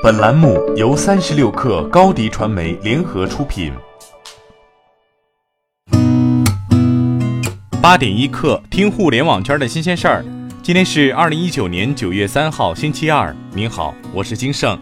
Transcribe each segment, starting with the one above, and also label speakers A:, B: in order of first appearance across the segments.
A: 本栏目由36氪高迪传媒联合出品。
B: 8点1刻，听互联网圈的新鲜事儿。今天是2019年9月3号，星期二。您好，我是金盛。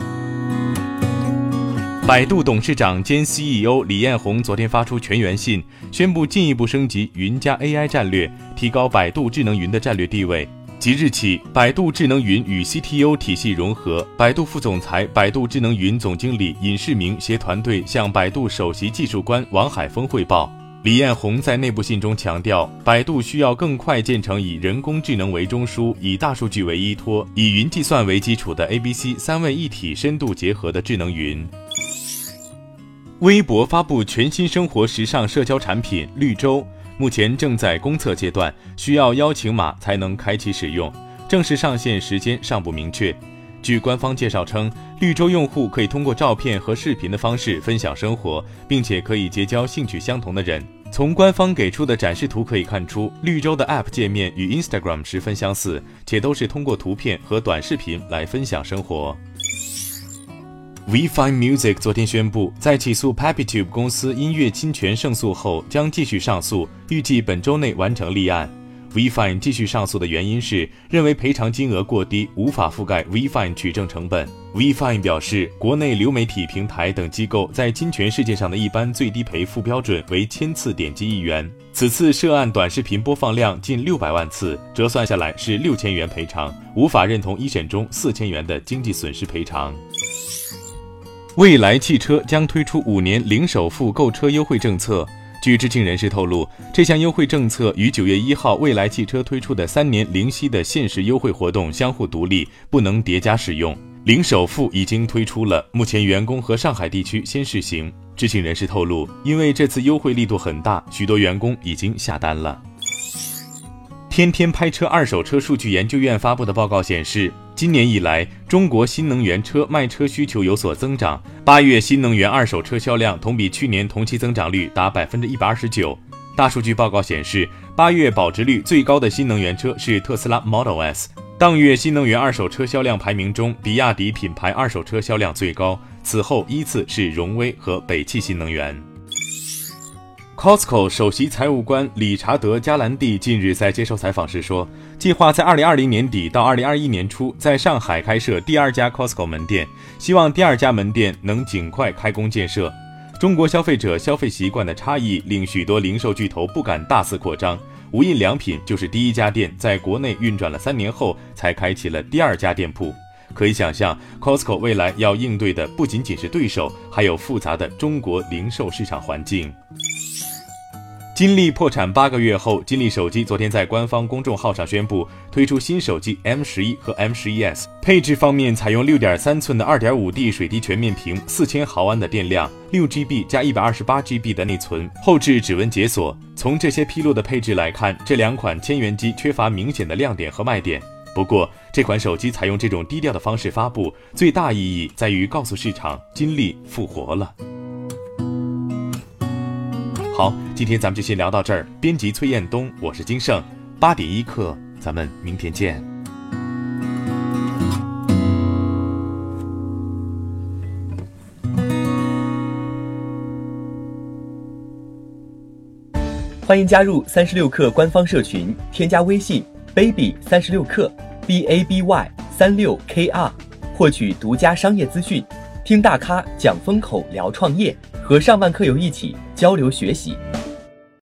B: 百度董事长兼 CEO 李彦宏昨天发出全员信，宣布进一步升级云加 AI 战略，提高百度智能云的战略地位。即日起，百度智能云与 CTO 体系融合，百度副总裁、百度智能云总经理尹世明携团队向百度首席技术官王海峰汇报。李彦宏在内部信中强调，百度需要更快建成以人工智能为中枢、以大数据为依托、以云计算为基础的 ABC 三位一体深度结合的智能云。微博发布全新生活时尚社交产品绿洲，目前正在公测阶段，需要邀请码才能开启使用，正式上线时间尚不明确。据官方介绍称，绿洲用户可以通过照片和视频的方式分享生活，并且可以结交兴趣相同的人。从官方给出的展示图可以看出，绿洲的 App 界面与 Instagram 十分相似，且都是通过图片和短视频来分享生活。WeFind Music 昨天宣布，在起诉 PuppyTube 公司音乐侵权胜诉后，将继续上诉，预计本周内完成立案。WeFind 继续上诉的原因是认为赔偿金额过低，无法覆盖 WeFind 取证成本。WeFind 表示，国内流媒体平台等机构在侵权事件上的一般最低赔付标准为1000次点击1元，此次涉案短视频播放量近600万次，折算下来是6000元赔偿，无法认同一审中4000元的经济损失赔偿。蔚来汽车将推出5年零首付购车优惠政策。据知情人士透露，这项优惠政策与9月1号蔚来汽车推出的3年零息的限时优惠活动相互独立，不能叠加使用。零首付已经推出了，目前员工和上海地区先试行。知情人士透露，因为这次优惠力度很大，许多员工已经下单了。天天拍车二手车数据研究院发布的报告显示，今年以来，中国新能源车卖车需求有所增长。8月新能源二手车销量同比去年同期增长率达 129%。大数据报告显示，8月保值率最高的新能源车是特斯拉 Model S。当月新能源二手车销量排名中，比亚迪品牌二手车销量最高，此后依次是荣威和北汽新能源。Costco 首席财务官理查德·加兰蒂近日在接受采访时说，计划在2020年底到2021年初在上海开设第2家 Costco 门店，希望第2家门店能尽快开工建设。中国消费者消费习惯的差异令许多零售巨头不敢大肆扩张，无印良品就是第1家店在国内运转了3年后才开启了第2家店铺。可以想象 Costco 未来要应对的不仅仅是对手，还有复杂的中国零售市场环境。金立破产8个月后，金立手机昨天在官方公众号上宣布推出新手机 M11 和 M11S， 配置方面采用 6.3 寸的 2.5D 水滴全面屏，4000毫安的电量， 6GB 加 128GB 的内存，后置指纹解锁。从这些披露的配置来看，这2款千元机缺乏明显的亮点和卖点。不过，这款手机采用这种低调的方式发布，最大意义在于告诉市场，金立复活了。好，今天咱们就先聊到这儿。编辑崔彦东，我是金盛。8点1刻，咱们明天见。
C: 欢迎加入36氪官方社群，添加微信 baby36氪 BABY36KR， 获取独家商业资讯，听大咖讲风口，聊创业，和上万客友一起交流学习。